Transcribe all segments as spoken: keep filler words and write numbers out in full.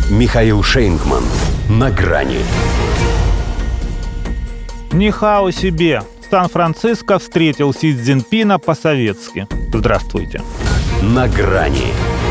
Михаил Шейнгман. На грани. Нихао себе. Сан-Франциско встретил Си Цзиньпина по-советски. Здравствуйте. На грани.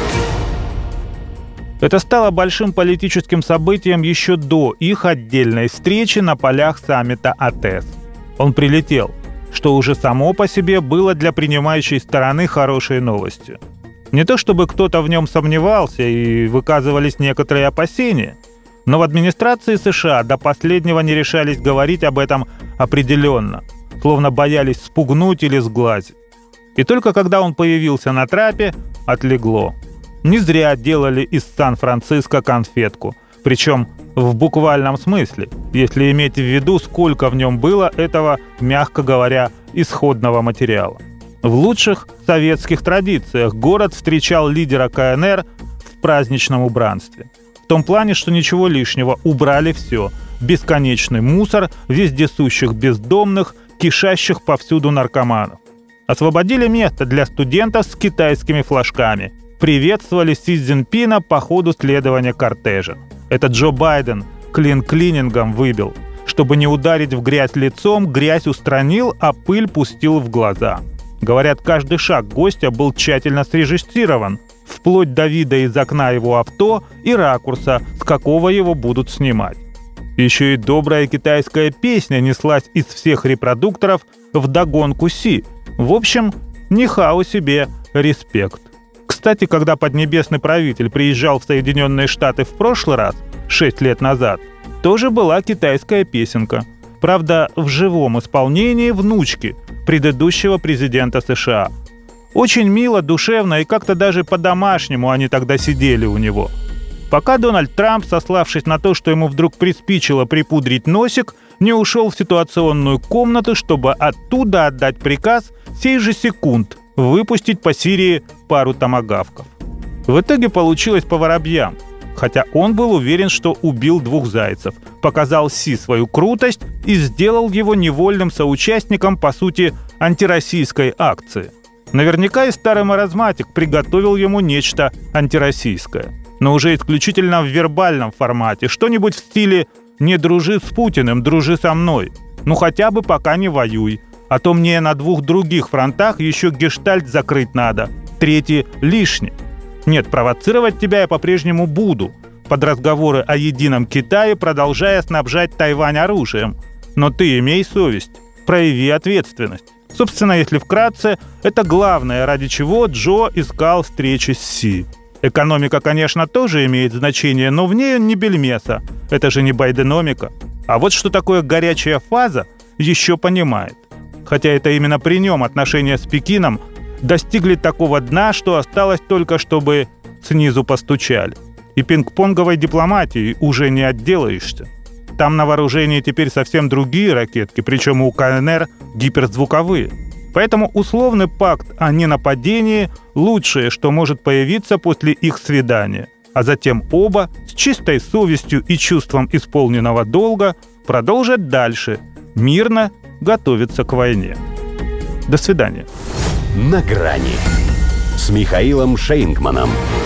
Это стало большим политическим событием еще до их отдельной встречи на полях саммита АТЭС. Он прилетел, что уже само по себе было для принимающей стороны хорошей новостью. Не то чтобы кто-то в нем сомневался и выказывались некоторые опасения, но в администрации США до последнего не решались говорить об этом определенно, словно боялись спугнуть или сглазить. И только когда он появился на трапе, отлегло. Не зря делали из Сан-Франциско конфетку, причем в буквальном смысле, если иметь в виду, сколько в нем было этого, мягко говоря, исходного материала. В лучших советских традициях город встречал лидера ка эн эр в праздничном убранстве. В том плане, что ничего лишнего, убрали все. Бесконечный мусор, вездесущих бездомных, кишащих повсюду наркоманов. Освободили место для студентов с китайскими флажками. Приветствовали Си Цзиньпина по ходу следования кортежа. Это Джо Байден клин-клинингом выбил. Чтобы не ударить в грязь лицом, грязь устранил, а пыль пустил в глаза. Говорят, каждый шаг гостя был тщательно срежиссирован, вплоть до вида из окна его авто и ракурса, с какого его будут снимать. Еще и добрая китайская песня неслась из всех репродукторов вдогонку Си. В общем, нихао себе, респект. Кстати, когда поднебесный правитель приезжал в Соединенные Штаты в прошлый раз, шесть лет назад, тоже была китайская песенка. Правда, в живом исполнении внучки предыдущего президента США. Очень мило, душевно и как-то даже по-домашнему они тогда сидели у него. Пока Дональд Трамп, сославшись на то, что ему вдруг приспичило припудрить носик, не ушел в ситуационную комнату, чтобы оттуда отдать приказ сей же секунд выпустить по Сирии пару томагавков. В итоге получилось по воробьям, хотя он был уверен, что убил двух зайцев, показал Си свою крутость и сделал его невольным соучастником, по сути, антироссийской акции. Наверняка и старый маразматик приготовил ему нечто антироссийское, но уже исключительно в вербальном формате, что-нибудь в стиле «не дружи с Путиным, дружи со мной». Ну хотя бы пока не воюй, а то мне на двух других фронтах еще гештальт закрыть надо, третий лишний. Нет, провоцировать тебя я по-прежнему буду, под разговоры о едином Китае, продолжая снабжать Тайвань оружием. Но ты имей совесть, прояви ответственность. Собственно, если вкратце, это главное, ради чего Джо искал встречи с Си. Экономика, конечно, тоже имеет значение, но в ней не бельмеса. Это же не байденомика. А вот что такое горячая фаза, еще понимает. Хотя это именно при нем отношения с Пекином достигли такого дна, что осталось только, чтобы снизу постучали. И пинг-понговой дипломатией уже не отделаешься. Там на вооружении теперь совсем другие ракетки, причем у ка эн эр гиперзвуковые. Поэтому условный пакт о ненападении – лучшее, что может появиться после их свидания. А затем оба, с чистой совестью и чувством исполненного долга, продолжат дальше, мирно готовиться к войне. До свидания. На грани с Михаилом Шейнгманом.